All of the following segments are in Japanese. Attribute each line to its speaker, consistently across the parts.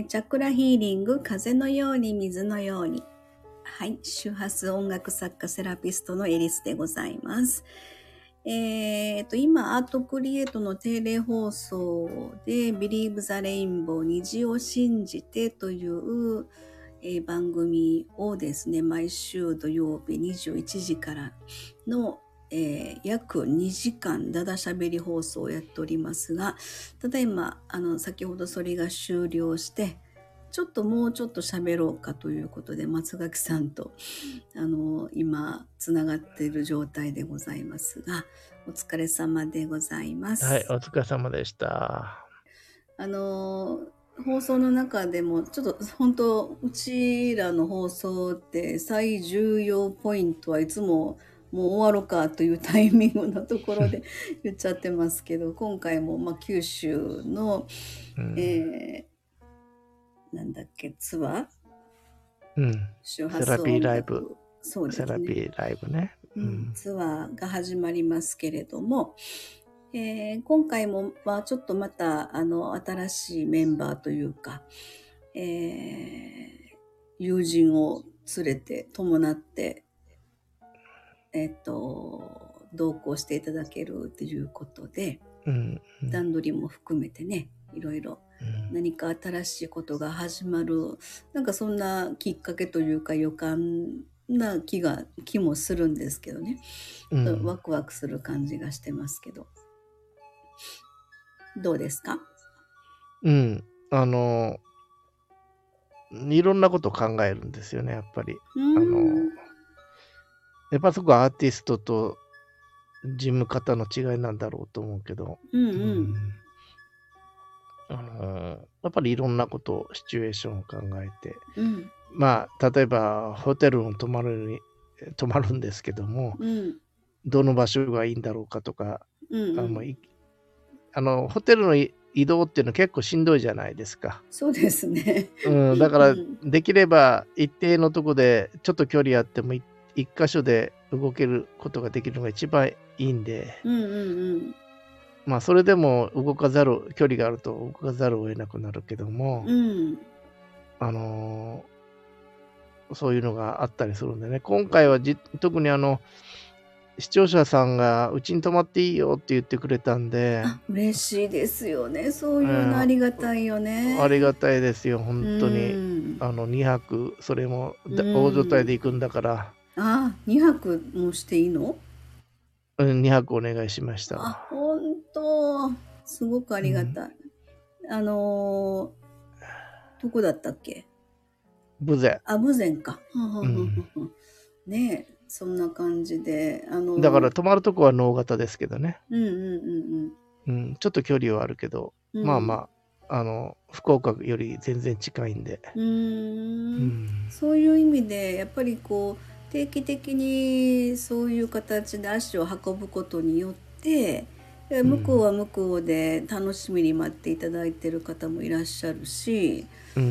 Speaker 1: チャクラヒーリング、風のように水のように。はい、周波数音楽作家セラピストのエリスでございます。今、アートクリエイトの定例放送で、Believe the Rainbow 虹を信じてという、番組をですね、毎週土曜日21時からの、約2時間だだしゃべり放送をやっておりますが、ただいま先ほどそれが終了して、もうちょっと喋ろうかということで、松垣さんと今つながっている状態でございますが、お疲れ様でございます。
Speaker 2: はい、お疲れ様でした。
Speaker 1: 放送の中でもちょっと本当うちらの放送って最重要ポイントはいつももう終わろうかというタイミングのところで言っちゃってますけど、今回も九州の、なんだっけ、ツアー、周波数音楽、
Speaker 2: セラピーライブ。
Speaker 1: そうですね。
Speaker 2: セラピーライブね。
Speaker 1: ツアーが始まりますけれども、今回もちょっとまた新しいメンバーというか、友人を連れて伴って同行していただけるということで、段取りも含めてね、いろいろ何か新しいことが始まる、なんかそんなきっかけというか予感な気もするんですけどね、ワクワクする感じがしてますけど、どうですか？
Speaker 2: いろんなことを考えるんですよね、やっぱり。やっぱそこはアーティストと事務方の違いなんだろうと思うけど、やっぱりいろんなことをシチュエーションを考えて、まあ例えばホテルに泊まるんですけども、どの場所がいいんだろうかとか、ホテルの移動っていうのは結構しんどいじゃないですか。
Speaker 1: そうですね。
Speaker 2: だからできれば一定のとこでちょっと距離あっても一箇所で動けることができるのが一番いいんで、まあそれでも距離があると動かざるを得なくなるけども、そういうのがあったりするんでね、今回は特に視聴者さんがうちに泊まっていいよって言ってくれたんで、
Speaker 1: 嬉しいですよね。そういうのありがたいよね。
Speaker 2: ありがたいですよ、本当に。2泊、それも大所帯で行くんだから。
Speaker 1: 2泊もしていいの
Speaker 2: ？2泊お願いしました。
Speaker 1: 本当すごくありがたい。どこだったっけ？
Speaker 2: 豊前。
Speaker 1: 豊前か。ねえ、そんな感じで。
Speaker 2: だから泊まるとこは能形ですけどね。ちょっと距離はあるけど、まあまあ、福岡より全然近いんで。
Speaker 1: そういう意味で、やっぱり定期的にそういう形で足を運ぶことによって、向こうは向こうで楽しみに待っていただいている方もいらっしゃるし、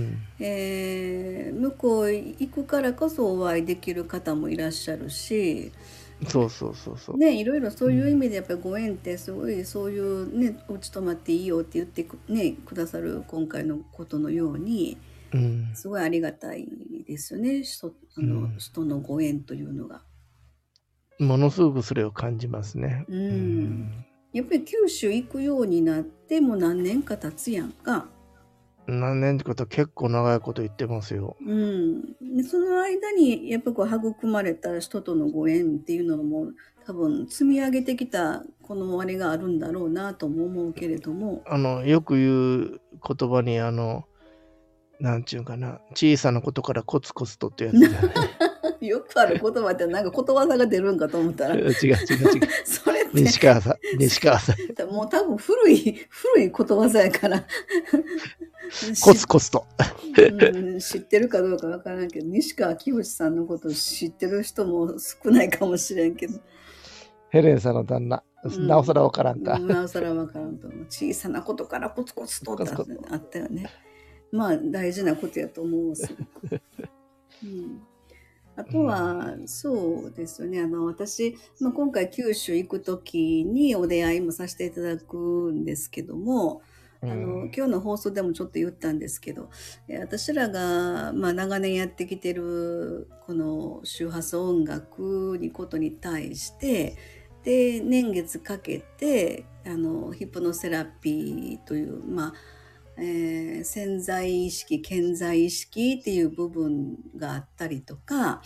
Speaker 1: 向こう行くからこそお会いできる方もいらっしゃるし、ね、いろいろそういう意味でやっぱりご縁ってすごい、そういうね、お家泊まっていいよって言ってくださる今回のことのように、すごいありがたいですよね、人のご縁というのが。
Speaker 2: ものすごくそれを感じますね。
Speaker 1: やっぱり九州行くようになっても何年か経つやんか。
Speaker 2: 何年ってことは結構長いこと言ってますよ。
Speaker 1: その間にやっぱ育まれた人とのご縁っていうのも多分積み上げてきたこのあれがあるんだろうなとも思うけれども、
Speaker 2: よく言う言葉になんちゅうかな、小さなことからコツコツとってやつじゃない
Speaker 1: よくある言葉ってなんかことわざが出るんかと思ったら
Speaker 2: 違う
Speaker 1: それって
Speaker 2: 西川さん
Speaker 1: もう多分古いことわざやから
Speaker 2: コツコツと
Speaker 1: 知ってるかどうかわからんけど、西川きよしさんのことを知ってる人も少ないかもしれんけど、
Speaker 2: ヘレンさんの旦那、なおさらわからんか。
Speaker 1: なおさらわからんと。小さなことからコツコツとってあったよね。まあ大事なことやと思う、すごく。あとは、そうですよね。私、今回九州行くときにお出会いもさせていただくんですけども、 今日の放送でもちょっと言ったんですけど、私らが、長年やってきてるこの周波数音楽にことに対して、で年月かけてヒプノセラピーという、潜在意識顕在意識っていう部分があったりとか、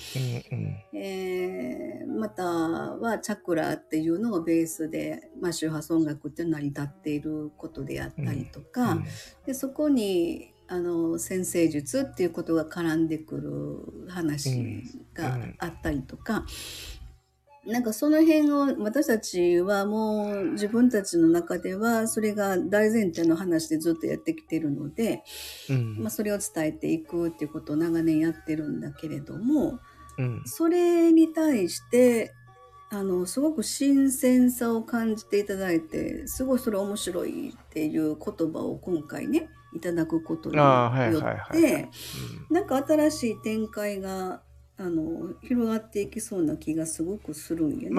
Speaker 1: またはチャクラっていうのをベースで、周波数音楽って成り立っていることであったりとか、でそこに占星術っていうことが絡んでくる話があったりとか、なんかその辺を私たちはもう自分たちの中ではそれが大前提の話でずっとやってきてるので、それを伝えていくっていうことを長年やってるんだけれども、それに対してすごく新鮮さを感じていただいて、すごいそれ面白いっていう言葉を今回ねいただくことによってなんか新しい展開が広がっていきそうな気がすごくするんよね。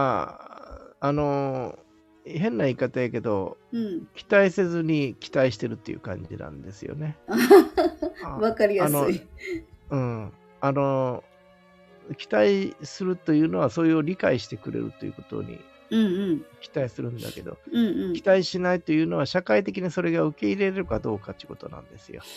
Speaker 2: 変な言い方やけど、期待せずに期待してるっていう感じなんですよね。
Speaker 1: わかりやすい。
Speaker 2: 期待するというのはそれを理解してくれるということに期待するんだけど、期待しないというのは社会的にそれが受け入れるかどうかということなんですよ。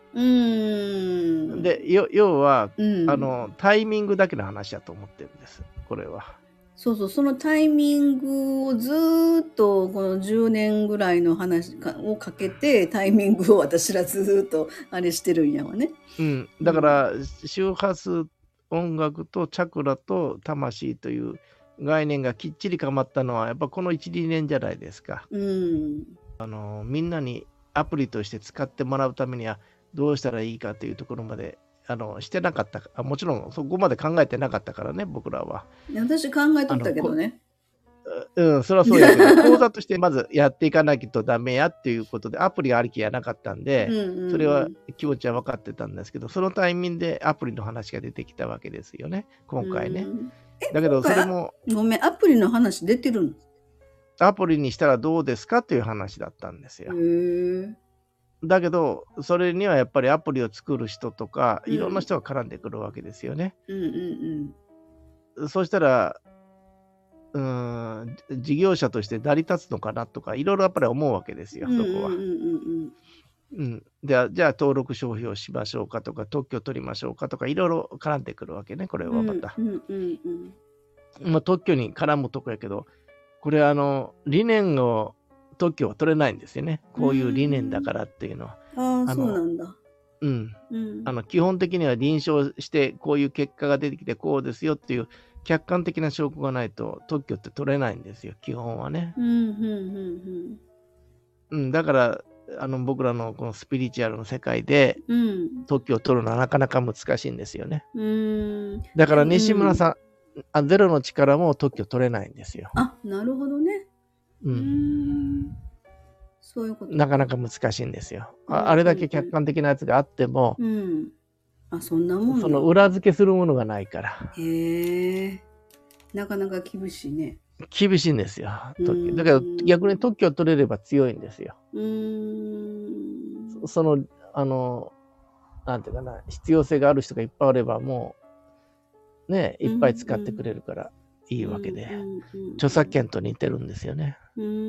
Speaker 2: で要は、タイミングだけの話だと思ってるんです、これは。
Speaker 1: そう、そのタイミングをずっとこの10年ぐらいの話をかけてタイミングを私らずっとあれしてるんやわね。
Speaker 2: だから周波数音楽とチャクラと魂という概念がきっちりかまったのはやっぱこの 1,2 年じゃないですか。みんなにアプリとして使ってもらうためにはどうしたらいいかというところまでしてなかった。もちろんそこまで考えてなかったからね、僕らは。
Speaker 1: 私考えとったけどね。
Speaker 2: それはそうやけど講座としてまずやっていかなきゃダメやっていうことでアプリがありきやなかったんで、それは気持ちは分かってたんですけど、そのタイミングでアプリの話が出てきたわけですよね、今回ね。だけどそれも
Speaker 1: ごめん、アプリの話出てるの？
Speaker 2: アプリにしたらどうですかっていう話だったんですよ。だけどそれにはやっぱりアプリを作る人とかいろんな人が絡んでくるわけですよね。そうしたら事業者として成り立つのかなとかいろいろやっぱり思うわけですよ、そこは。じゃあ登録商標しましょうかとか特許取りましょうかとかいろいろ絡んでくるわけね、これはまた。特許に絡むとこやけど、これ理念を特許は取れないんですよね、こういう理念だからっていうのは。
Speaker 1: そうなんだ。
Speaker 2: 基本的には臨床してこういう結果が出てきてこうですよっていう客観的な証拠がないと特許って取れないんですよ、基本はね。だから僕らのこのスピリチュアルの世界で特許を取るのはなかなか難しいんですよね。だから西村さん、ゼロの力も特許取れないんですよ。
Speaker 1: なるほどね。そういうこと。
Speaker 2: なかなか難しいんですよ。あれだけ客観的なやつがあっても、
Speaker 1: そんなもん
Speaker 2: その裏付けするものがないから。
Speaker 1: なかなか厳しいね。
Speaker 2: 厳しいんですよ。だから逆に特許を取れれば強いんですよ。そのなんていうかな、必要性がある人がいっぱいあればもうね、いっぱい使ってくれるからいいわけで、著作権と似てるんですよね。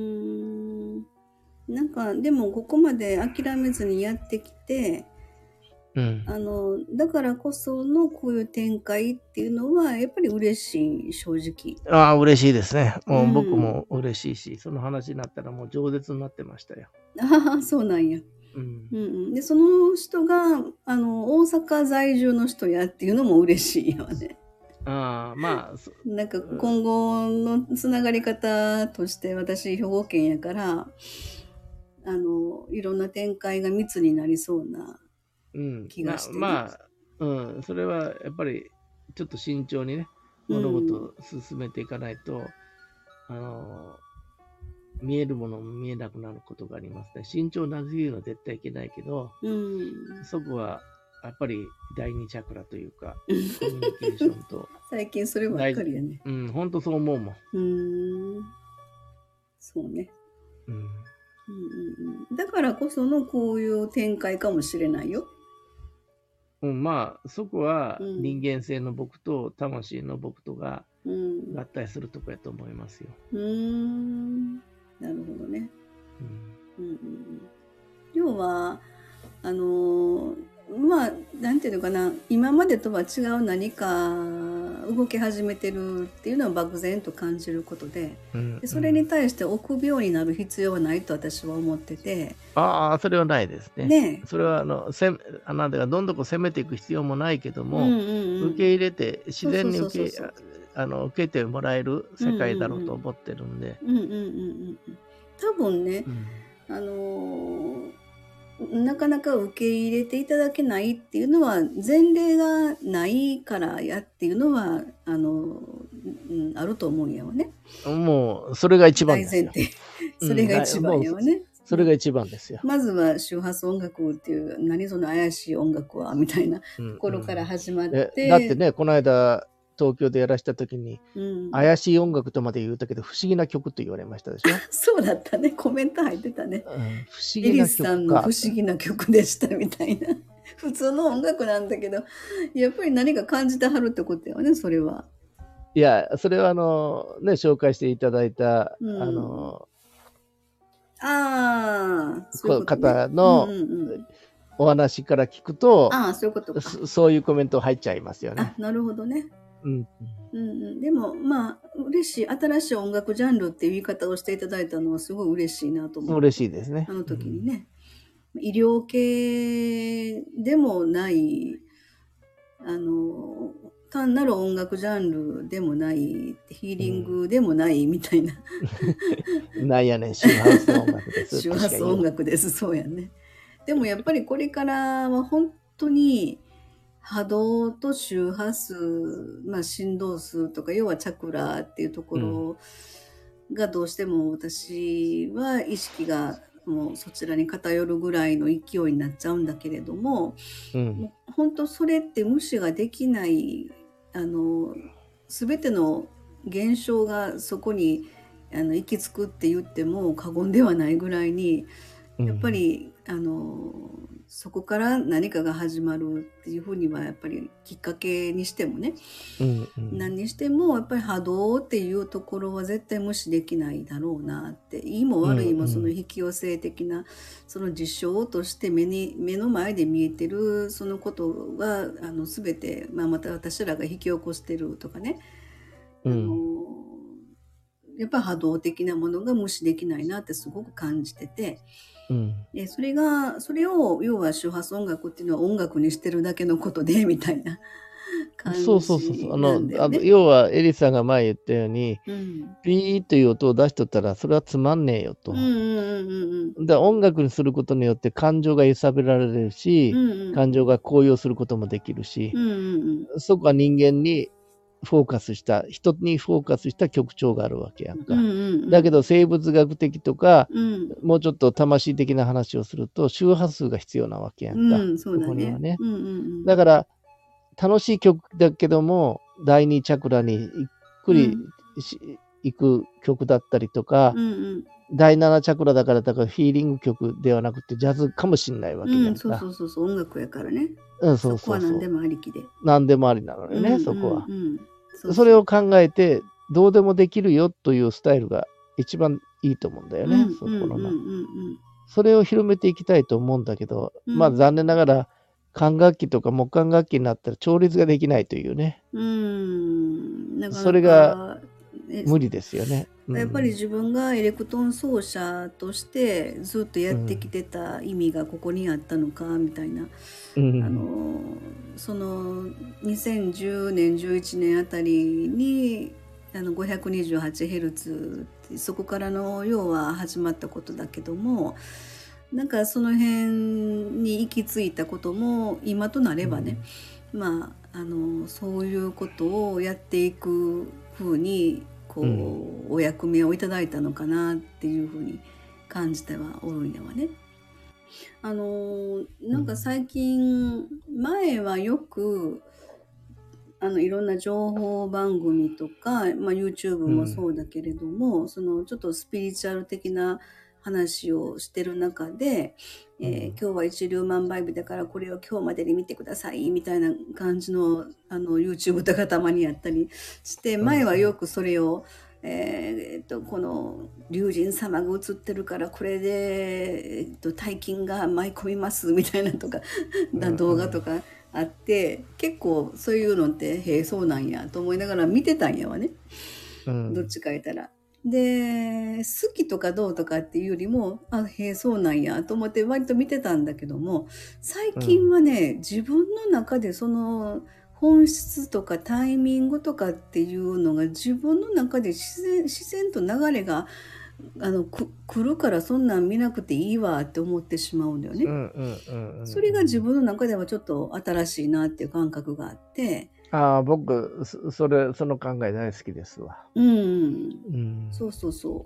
Speaker 1: なんかでもここまで諦めずにやってきて、だからこそのこういう展開っていうのはやっぱり嬉しい、正直。
Speaker 2: 嬉しいですね。もう僕も嬉しいし、その話になったらもう饒舌になってましたよ。
Speaker 1: そうなんや。でその人が大阪在住の人やっていうのも嬉しいよね。なんか今後のつながり方として私兵庫県やからいろんな展開が密になりそうな気がして、ね。
Speaker 2: それはやっぱりちょっと慎重にね物事を進めていかないと、見えるものも見えなくなることがありますね。慎重なすぎるのは絶対いけないけど、そこはやっぱり第二チャクラというかコミュニケーションと
Speaker 1: 最近そればっかりやね。
Speaker 2: 本当そう思うもん。
Speaker 1: そうね。 だからこそのこういう展開かもしれないよ。
Speaker 2: まあ、そこは人間性の僕と魂の僕とが合体するとこやと思いますよ。
Speaker 1: なるほどね。要は、まあ、なんていうのかな、今までとは違う何か動き始めてるっていうのは漠然と感じることで、でそれに対して臆病になる必要はないと私は思ってて。
Speaker 2: ああ、それはないですね。ね、それはなんだかどんどん攻めていく必要もないけども、受け入れて自然に受けてもらえる世界だろうと思ってるんで。
Speaker 1: 多分ね、なかなか受け入れていただけないっていうのは前例がないからやっていうのはあると思うんやわね。
Speaker 2: もうそれが一番ですよ。
Speaker 1: 大前提。それが一番やわね。
Speaker 2: それが一番ですよ。
Speaker 1: まずは周波数音楽っていう何その怪しい音楽はみたいなところから始まって、
Speaker 2: だってねこの間東京でやらした時に、怪しい音楽とまで言ったけど不思議な曲と言われましたでしょ。
Speaker 1: そうだったね、コメント入ってたね。
Speaker 2: 不思議な曲か。エリス
Speaker 1: さんの不思議な曲でしたみたいな。普通の音楽なんだけど、やっぱり何か感じてはるってことよね、それは。
Speaker 2: いや、それは紹介していただいた、方のお話から聞くと、そういうコメント入っちゃいますよね。
Speaker 1: なるほどね。でもまあ嬉しい、新しい音楽ジャンルっていう言い方をしていただいたのはすごい嬉しいなと思って。
Speaker 2: 嬉しいですね。
Speaker 1: あの時にね、医療系でもない単なる音楽ジャンルでもないヒーリングでもないみたいな、
Speaker 2: なんやねん、周波数音楽です。
Speaker 1: 周波数音楽です、そうやね。でもやっぱりこれからは本当に波動と周波数、振動数とか要はチャクラっていうところがどうしても私は意識がもうそちらに偏るぐらいの勢いになっちゃうんだけれども、もう本当それって無視ができない全ての現象がそこに行き着くって言っても過言ではないぐらいにやっぱりそこから何かが始まるっていうふうにはやっぱりきっかけにしてもね、何にしてもやっぱり波動っていうところは絶対無視できないだろうなって、いいも悪いもその引き寄せ的なその事象として目の前で見えてるそのことが全て、また私らが引き起こしてるとかね、やっぱり波動的なものが無視できないなってすごく感じてて、でそれを要は周波数音楽っていうのは音楽にしてるだけのことでみたいな感じなんだよね。
Speaker 2: 要はエリさんが前言ったように、ピーという音を出しとったらそれはつまんねえよと。だ音楽にすることによって感情が揺さぶられるし、感情が高揚することもできるし、そこは人間に人にフォーカスした曲調があるわけやんか。だけど生物学的とか、もうちょっと魂的な話をすると周波数が必要なわけやんか。そこにはね。だから楽しい曲だけども第二チャクラにゆっくり行く曲だったりとか、第7チャクラだからヒーリング曲ではなくてジャズかもしんないわけやんか。
Speaker 1: そう音楽やからね。
Speaker 2: そ
Speaker 1: こは何でもありきで。
Speaker 2: 何でもありなのよね、そこは。それを考えてどうでもできるよというスタイルが一番いいと思うんだよね、そこの。それを広めていきたいと思うんだけど、残念ながら管楽器とか木管楽器になったら調律ができないというね。それが無理ですよね。
Speaker 1: やっぱり自分がエレクトーン奏者としてずっとやってきてた意味がここにあったのかみたいな、その2010年11年あたりに528Hz ってそこからの要は始まったことだけども、なんかその辺に行き着いたことも今となればね、そういうことをやっていくふうにお役目をいただいたのかなっていうふうに感じてはおるんやわね。なんか最近前はよくいろんな情報番組とか、YouTube もそうだけれども、そのちょっとスピリチュアル的な話をしてる中で、今日は一粒万倍日だからこれを今日までに見てくださいみたいな感じのYouTube とかたまにやったりして、前はよくそれを、この龍神様が映ってるからこれで、大金が舞い込みますみたいなとか動画とかあって、結構そういうのってへえそうなんやと思いながら見てたんやわね、どっちか言ったら。で、好きとかどうとかっていうよりも、へえそうなんやと思って割と見てたんだけども、最近はね、自分の中でその本質とかタイミングとかっていうのが自分の中で自然と流れが来るからそんなん見なくていいわって思ってしまうんだよね。それが自分の中ではちょっと新しいなっていう感覚があって。
Speaker 2: 僕その考え大好きですわ。
Speaker 1: そうそうそう。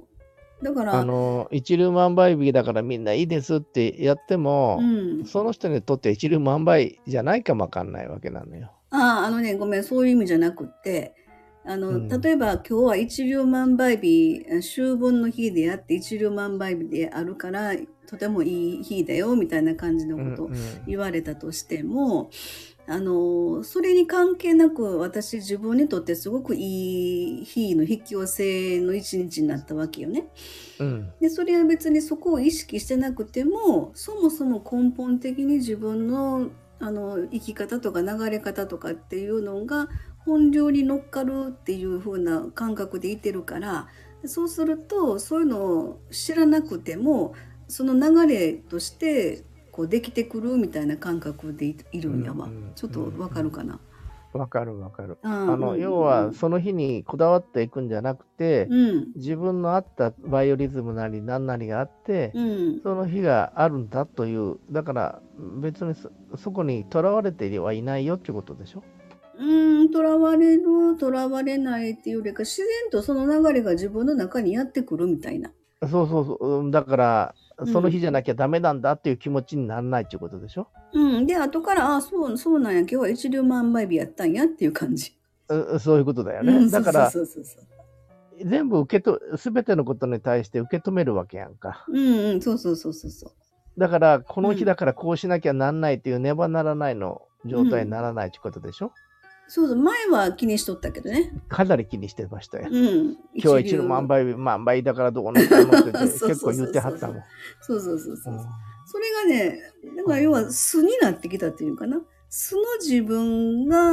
Speaker 1: だから
Speaker 2: 一粒万倍日だからみんないいですってやっても、その人にとって一粒万倍じゃないかもわかんないわけなのよ。
Speaker 1: ごめん、そういう意味じゃなくって、例えば今日は一粒万倍日、秋分の日であって一粒万倍日であるから、とてもいい日だよみたいな感じのことを言われたとしても、それに関係なく私自分にとってすごくいい日の引き寄せの一日になったわけよね。でそれは別にそこを意識してなくても、そもそも根本的に自分の生き方とか流れ方とかっていうのが本流に乗っかるっていう風な感覚でいてるから、そうするとそういうのを知らなくてもその流れとしてこうできてくるみたいな感覚でいるんやわ。ちょっとわかるかな？
Speaker 2: わかる。要はその日にこだわっていくんじゃなくて、自分のあったバイオリズムなり何なりがあって、その日があるんだという、だから別にそこにとらわれてはいないよっていうことでしょ。
Speaker 1: とらわれるとらわれないっていうよりか、自然とその流れが自分の中にやってくるみたいな。
Speaker 2: そうだからその日じゃなきゃダメなんだっていう気持ちにならないっていうことでしょ。
Speaker 1: で後からそうなんや、今日は一粒万倍日やったんやっていう感じ。
Speaker 2: そういうことだよね。だから全部全てのことに対して受け止めるわけやんか。
Speaker 1: そう。
Speaker 2: だからこの日だからこうしなきゃなんないっていうねばならないの状態にならないってことでしょ。
Speaker 1: そう前は気にしとったけどね。
Speaker 2: かなり気にしてましたよ。今日は一粒万倍だからどうのって結構言ってはったもん。
Speaker 1: そう。それがね、だから要は素になってきたっていうかな。素の自分が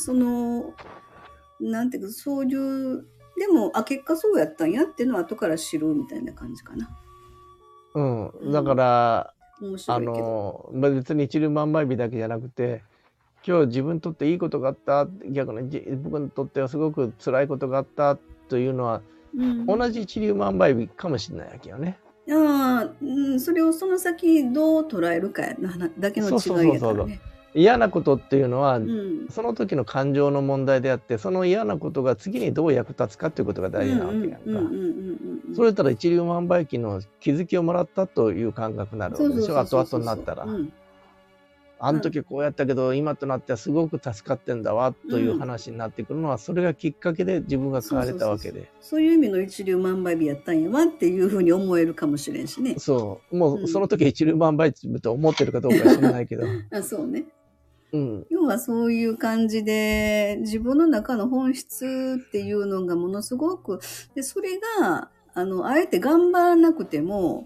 Speaker 1: なんていうかそういうでも結果そうやったんやっていうのは後から知るみたいな感じかな。
Speaker 2: だから、
Speaker 1: 面白いけど
Speaker 2: 別に一粒万倍日だけじゃなくて、今日自分にとっていいことがあった、逆に僕にとってはすごく辛いことがあったというのは、同じ一粒万倍日かもしれないわけよね。
Speaker 1: それをその先どう捉えるかだけの違いやからね。
Speaker 2: 嫌なことっていうのは、その時の感情の問題であって、その嫌なことが次にどう役立つかっていうことが大事なわけやんか。それたら一粒万倍期の気づきをもらったという感覚になるわけでしょ。後々になったら。あの時こうやったけど今となってはすごく助かってんだわという話になってくるのは、それがきっかけで自分が変われたわけで、
Speaker 1: そういう意味の一粒万倍日やったんやわっていうふうに思えるかもしれんしね。
Speaker 2: もうその時一粒万倍日と思ってるかどうか知らないけど
Speaker 1: そうね。要はそういう感じで自分の中の本質っていうのがものすごくで、それがあえて頑張らなくても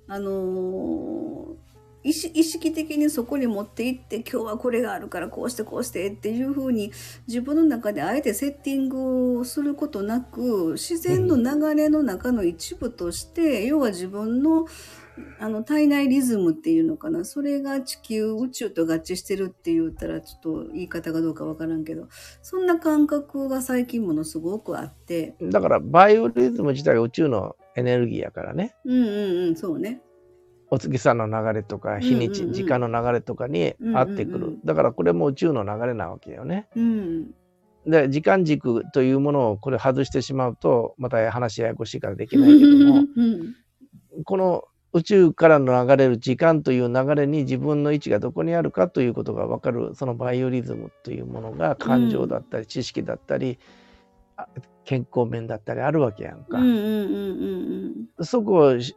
Speaker 1: 意識的にそこに持っていって、今日はこれがあるからこうしてっていうふうに自分の中であえてセッティングをすることなく、自然の流れの中の一部として、要は自分の体内リズムっていうのかな、それが地球宇宙と合致してるって言ったらちょっと言い方がどうかわからんけど、そんな感覚が最近ものすごくあって。
Speaker 2: だからバイオリズム自体が宇宙のエネルギーやからね。
Speaker 1: そうね。
Speaker 2: お月さんの流れとか日にち、時間の流れとかに合ってくる。だからこれも宇宙の流れなわけよね。で時間軸というものをこれ外してしまうとまた話ややこしいからできないけども、この宇宙からの流れる時間という流れに自分の位置がどこにあるかということが分かる、そのバイオリズムというものが感情だったり知識だったり、健康面だったりあるわけやんか。そこを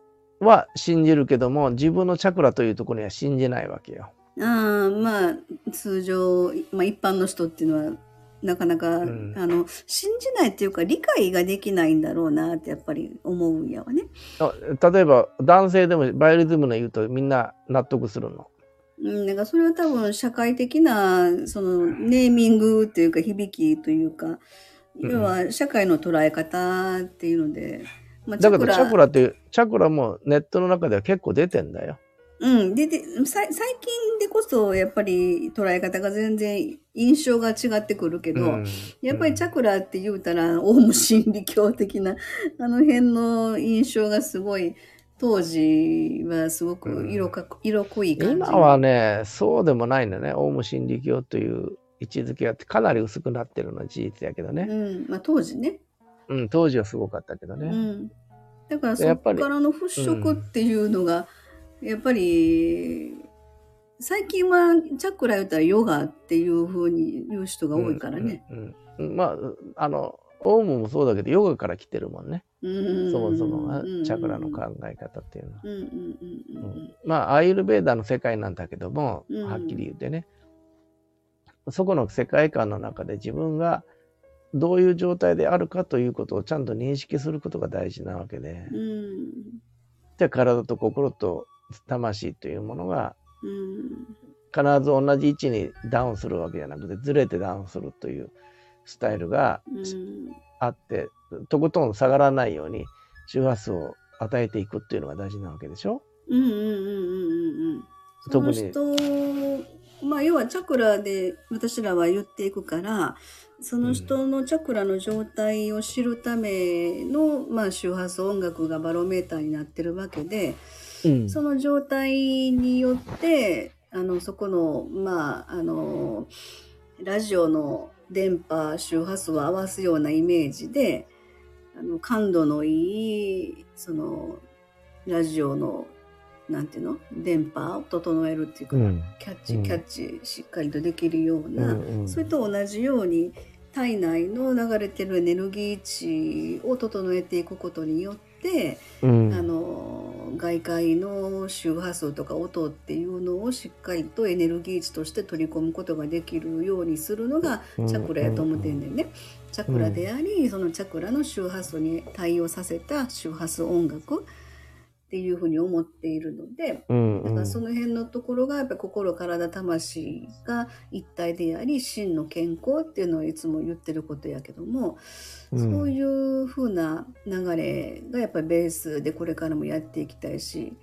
Speaker 2: は信じるけども、自分のチャクラというところには信じないわけよ。
Speaker 1: まあ、通常、まあ一般の人っていうのは、なかなか、信じないっていうか、理解ができないんだろうなってやっぱり思うんやわね。
Speaker 2: 例えば、男性でもバイオリズムの言うとみんな納得するの。
Speaker 1: なんかそれは多分社会的な、そのネーミングっていうか響きというか、要は社会の捉え方っていうので、
Speaker 2: だけどチャクラもネットの中では結構出てんだよ。
Speaker 1: で最近でこそやっぱり捉え方が全然印象が違ってくるけど、やっぱりチャクラって言うたらオウム真理教的なあの辺の印象がすごい当時はすごく色濃い感じ。
Speaker 2: 今はねそうでもないんだね。オウム真理教という位置づけがかなり薄くなってるのは事実やけどね。
Speaker 1: 当時ね。
Speaker 2: 当時はすごかったけどね。
Speaker 1: だからそこからの払拭っていうのがやっぱり最近はチャクラ言ったらヨガっていう風に言う人が多いからね。
Speaker 2: まあオウムもそうだけどヨガから来てるもんね。そもそもチャクラの考え方っていうのは。まあアイルベーダの世界なんだけども、はっきり言ってね、そこの世界観の中で自分がどういう状態であるかということをちゃんと認識することが大事なわけで、じゃあ体と心と魂というものが必ず同じ位置にダウンするわけじゃなくて、ずれてダウンするというスタイルがあって、とことん下がらないように周波数を与えていくっていうのが大事なわけでしょ。
Speaker 1: 特にまあ要はチャクラで私らは言っていくから、その人のチャクラの状態を知るための、まあ、周波数音楽がバロメーターになってるわけで、その状態によってそこのまあラジオの電波周波数を合わすようなイメージで感度のいいそのラジオのなんていうの電波を整えるっていうか、キャッチしっかりとできるような、それと同じように体内の流れてるエネルギー値を整えていくことによって、外界の周波数とか音っていうのをしっかりとエネルギー値として取り込むことができるようにするのがチャクラやと思ってんねんね。チャクラであり、そのチャクラの周波数に対応させた周波数音楽っていうふうに思っているので、だからその辺のところがやっぱり心体魂が一体であり真の健康っていうのをいつも言ってることやけども、そういうふうな流れがやっぱりベースでこれからもやっていきたいし、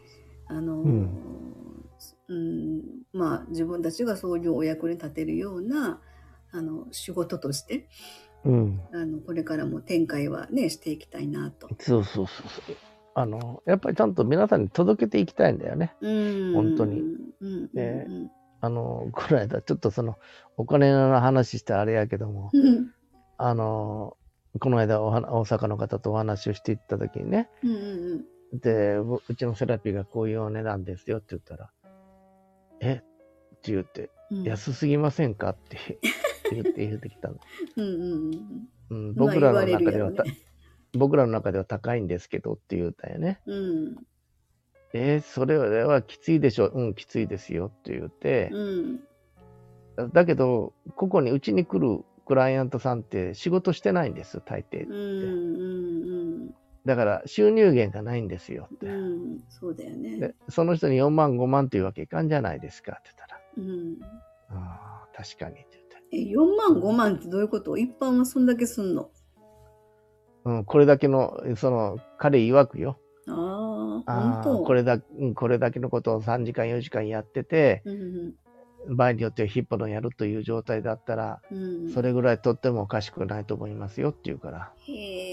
Speaker 1: まあ自分たちがそういうお役に立てるような仕事として、これからも展開はねしていきたいなと。
Speaker 2: そうやっぱりちゃんと皆さんに届けていきたいんだよね。本当に。この間ちょっとそのお金の話してあれやけども、この間大阪の方とお話をしていった時にね、でうちのセラピーがこういうお値段ですよって言ったら、って言って、安すぎませんかって言ってきたの。僕らの中では僕らの中では高いんですけどって言うたよね。それはきついでしょ。きついですよって言って、だけどここにうちに来るクライアントさんって仕事してないんです、大抵って。だから収入源がないんですよって。
Speaker 1: そうだよね。
Speaker 2: でその人に4万5万というわけいかんじゃないですかって言ったら、確かにって
Speaker 1: 言って。4万5万ってどういうこと？一般はそんだけすんの？
Speaker 2: これだけの彼曰くよ。
Speaker 1: 本当？
Speaker 2: これだけのことを3時間4時間やってて、場合によってはヒッポのやるという状態だったら、それぐらいとってもおかしくないと思いますよって言うから、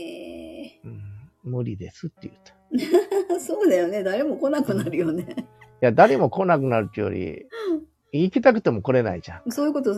Speaker 2: 無理ですって言った。
Speaker 1: そうだよね。誰も来なくなるよね。
Speaker 2: いや、誰も来なくなるっていうより、行きたくても来れないじゃん。
Speaker 1: そういうこと。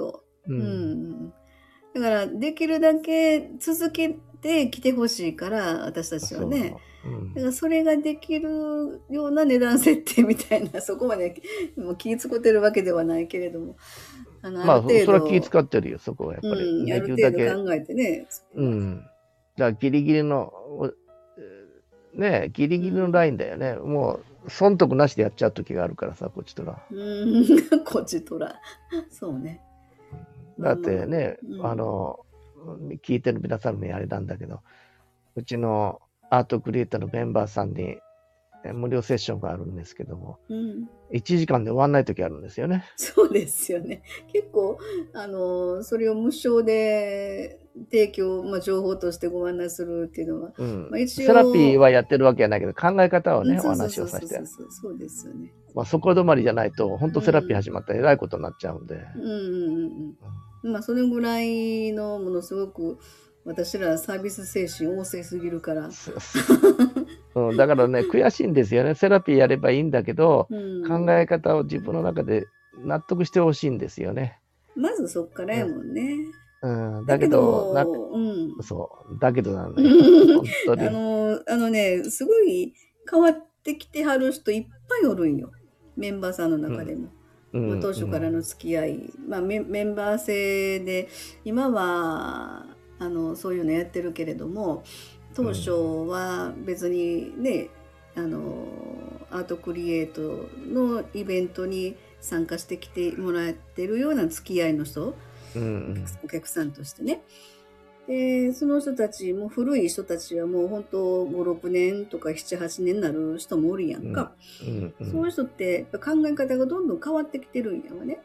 Speaker 1: だからできるだけ続けて来てほしいから私たちはね。だからそれができるような値段設定みたいな、そこまでもう気使ってるわけではないけれども、
Speaker 2: まあそれは気使ってるよ、そこはやっぱり。
Speaker 1: ある程度考えてね。
Speaker 2: だからギリギリのね、ギリギリのラインだよね。もう、損得なしでやっちゃう時があるからさ、こっちとら。
Speaker 1: こっちとら。そうね。
Speaker 2: だってね、聞いてる皆さんにあれなんだけど、うちのアートクリエイターのメンバーさんに無料セッションがあるんですけども、1時間で終わんない時あるんですよね。
Speaker 1: そうですよね。結構、それを無償で提供、情報としてご案内するっていうのは、
Speaker 2: セラピーはやってるわけじゃないけど、考え方をね、お話をさせて。
Speaker 1: そうですよね。
Speaker 2: そこ止まりじゃないと、本当セラピー始まったらえらいことになっちゃうんで。
Speaker 1: それぐらいのものすごく、私らサービス精神旺盛すぎるから。
Speaker 2: だからね、悔しいんですよね。セラピーやればいいんだけど、考え方を自分の中で納得してほしいんですよね。
Speaker 1: まずそっからやもんね。
Speaker 2: だけど、そう、だけどなんだよ。本
Speaker 1: 当に。すごい変わってきてはる人いっぱいおるんよ。メンバーさんの中でも。当初からの付き合い。メンバー制で、今は、そういうのやってるけれども、当初は別にね、アートクリエイトのイベントに参加してきてもらってるような付き合いの人、お客さんとしてね。で、その人たちも古い人たちはもう本当5、6年とか7、8年になる人もおるやんか。そういう人ってやっぱ考え方がどんどん変わってきてるんやわね。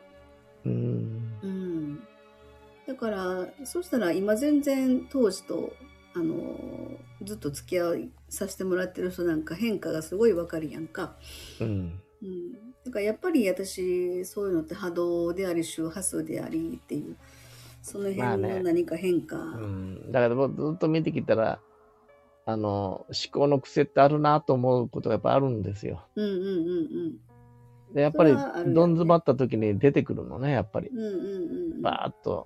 Speaker 1: だから、そしたら今全然当時とずっと付き合いさせてもらってる人なんか変化がすごいわかるやんか。だからやっぱり私そういうのって波動であり周波数でありっていうその辺の何か変化、
Speaker 2: だからずっと見てきたら思考の癖ってあるなと思うことがやっぱあるんですよ。でやっぱりどん詰まった時に出てくるのね、やっぱりバーッと。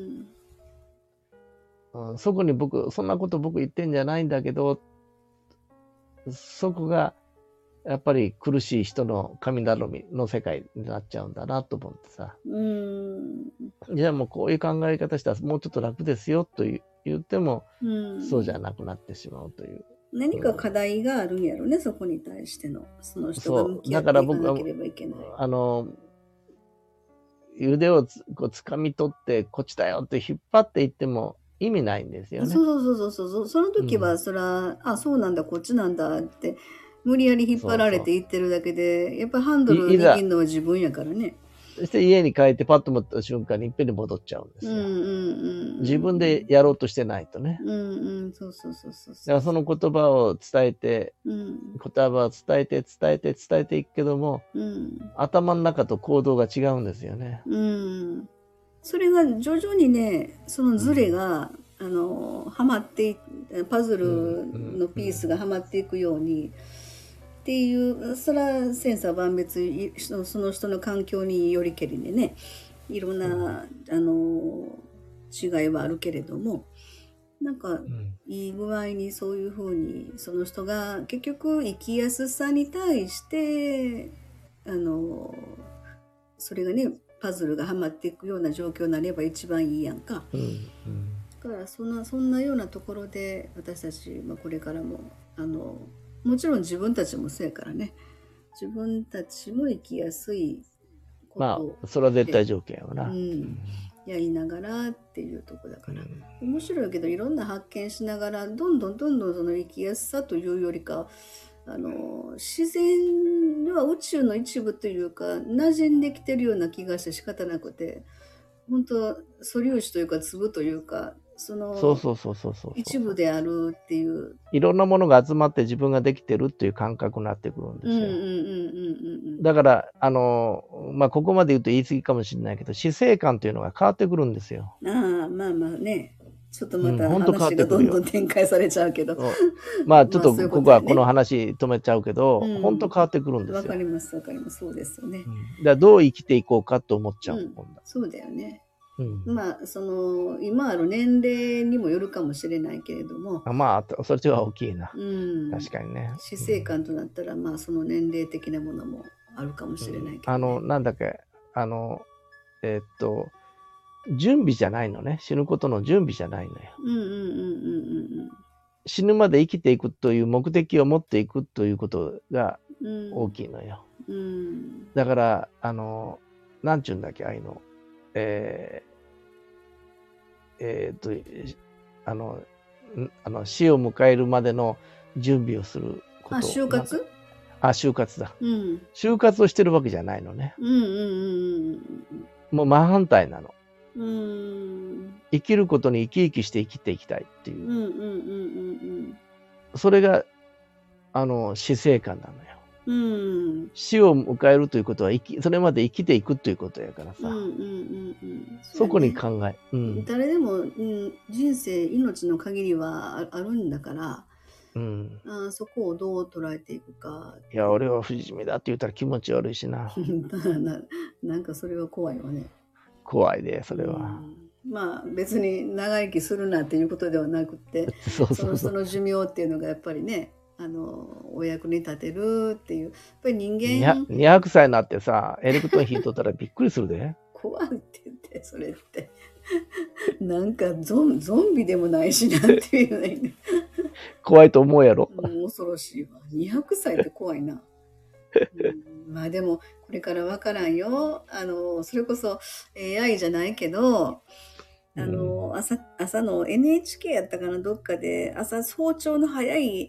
Speaker 2: そこにそんなこと僕言ってんじゃないんだけど、そこがやっぱり苦しい人の神頼みの世界になっちゃうんだなと思ってさ。じゃあもうこういう考え方したらもうちょっと楽ですよと言っても、そうじゃなくなってしまうという。
Speaker 1: 何か課題があるんやろね、そこに対しての。その人が向き合っていかなければいけない。
Speaker 2: 腕を掴み取ってこっちだよって引っ張っていっても意味ないんですよね。
Speaker 1: そう。その時はそら、そうなんだ、こっちなんだって無理やり引っ張られていってるだけで、やっぱりハンドルを握るのは自分やからね。
Speaker 2: そして家に帰ってパッと持った瞬間にいっぺんに戻っちゃうんですよ。自分でやろうとしてないとね。
Speaker 1: そう。だ
Speaker 2: からその言葉を伝えて、言葉を伝えていくけども、頭の中と行動が違うんですよね。
Speaker 1: それが徐々にね、そのズレが、はまってパズルのピースがはまっていくように、っていう、それは千差万別、その人の環境によりけりでね、いろんな、違いはあるけれども、なんか、いい具合にそういうふうに、その人が結局生きやすさに対して、それがね、パズルがはまっていくような状況になれば一番いいやんか。だからそんなようなところで私たち、これからももちろん自分たちもそうやからね、自分たちも生きやすい
Speaker 2: ことそれは絶対条件やわな、
Speaker 1: やりながらっていうとこだから、面白いけどいろんな発見しながらどんどんその生きやすさというよりか自然は宇宙の一部というか馴染んできてるような気がして仕方なくて、本当素粒子というか粒というか
Speaker 2: そう
Speaker 1: 一部であるっていう
Speaker 2: いろんなものが集まって自分ができてるっていう感覚になってくるんですよ。だからここまで言うと言い過ぎかもしれないけど死生観というのが変わってくるんですよ。
Speaker 1: ね、ちょっとまた話がどんどん展開されちゃうけど、
Speaker 2: ちょっとここはこの話止めちゃうけど、本当変わってくるんですよ。
Speaker 1: わかりますそうですよね。
Speaker 2: だからどう生きていこうかと思っちゃう。
Speaker 1: そうだよね。今ある年齢にもよるかもしれないけれども、
Speaker 2: そっちは大きいな。確かにね。
Speaker 1: 死生観となったらその年齢的なものもあるかもしれないけど、
Speaker 2: なんだっけ準備じゃないのね。死ぬことの準備じゃないのよ。 死ぬまで生きていくという目的を持っていくということが大きいのよ。だから、なんちゅうんだっけ、ああいうの。死を迎えるまでの準備をすること。
Speaker 1: 就活？
Speaker 2: 就活だ。就活をしてるわけじゃないのね。もう真反対なの。生きることに生き生きして生きていきたいっていう。それが、死生観なのよ。死を迎えるということはそれまで生きていくということやからさ。そこに考え。
Speaker 1: 誰でも、人生、命の限りはあるんだから、そこをどう捉えていくか。
Speaker 2: いや、俺は不死身だって言ったら気持ち悪いしな。
Speaker 1: なんかそれは怖いわね。
Speaker 2: 怖いで、それは。
Speaker 1: まあ別に長生きするなっていうことではなくて、その人の寿命っていうのがやっぱりね、お役に立てるっていう。やっぱり人間。
Speaker 2: 200歳になってさ、エレクトーン引いとったらびっくりするで。
Speaker 1: 怖いって言って、それって。なんかゾンビでもないしなっていうね。
Speaker 2: 怖いと思うやろ。
Speaker 1: 恐ろしいわ。200歳って怖いな。まあでも、これからわからんよ。それこそ AI じゃないけど、朝の NHK やったかな、どっかで、早朝の早い、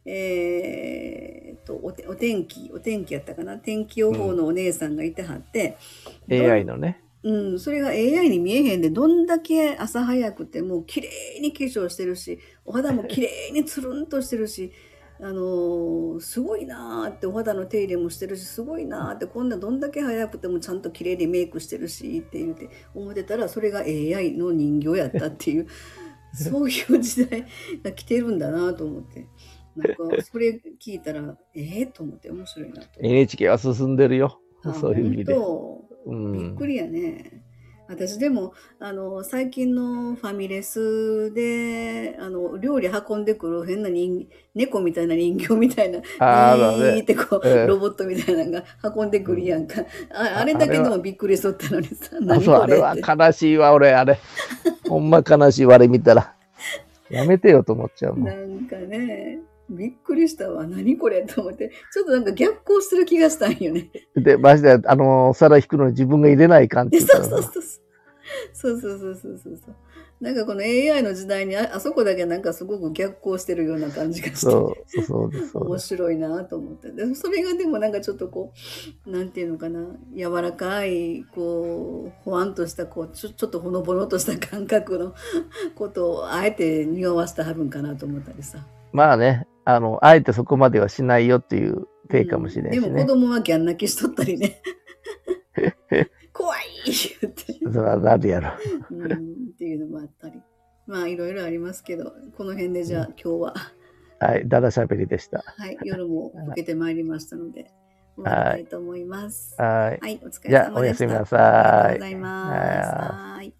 Speaker 1: お天気やったかな、天気予報のお姉さんがいてはって、
Speaker 2: AI のね。
Speaker 1: それが AI に見えへんで、どんだけ朝早くてもう綺麗に化粧してるし、お肌も綺麗につるんとしてるし、すごいなーって、お肌の手入れもしてるし、すごいなーって、こんなどんだけ早くてもちゃんと綺麗にメイクしてるしって言って思ってたら、それが AI の人形やったっていうそういう時代が来てるんだなと思って、なんかそれ聞いたらと思って面白いなと。
Speaker 2: NHK は進んでるよ、そういう意味で。
Speaker 1: びっくりやね。私でも最近のファミレスで料理運んでくる変な猫みたいな人形みたいなってこう、ロボットみたいなのが運んでくるやんか。あれだけでもびっくりしとったのにさ、
Speaker 2: 何これって。あれは悲しいわ、俺あれほんま悲しいわ、あれ見たらやめてよと思っちゃうもん。
Speaker 1: なんかね、びっくりしたわ。何これと思って。ちょっとなんか逆行してる気がしたんよね。
Speaker 2: で、マジで、皿引くのに自分が入れないかんって言ったら。
Speaker 1: そう。なんかこの AI の時代にあそこだけなんかすごく逆行してるような感じがして。面白いなと思って。で、それがでもなんかちょっとこう、なんていうのかな、柔らかい、こう、ほわんとした、こう、ちょっとほのぼのとした感覚のことをあえて匂わせてはるんかなと思ったりさ。
Speaker 2: まあね。あえてそこまではしないよっていう手かもしれないしね。
Speaker 1: でも子供はギャン泣きしとったりね。怖い言って。
Speaker 2: それはなるやろ。
Speaker 1: っていうのもあったり。まあいろいろありますけど、この辺でじゃあ今日は。
Speaker 2: はい、だだしゃべりでした。
Speaker 1: はい、夜も更けてまいりましたので、終わりたいと思います。
Speaker 2: はい。
Speaker 1: はい、お疲れ様でした。
Speaker 2: じゃあおやすみなさい。
Speaker 1: ありがとうございます。はい。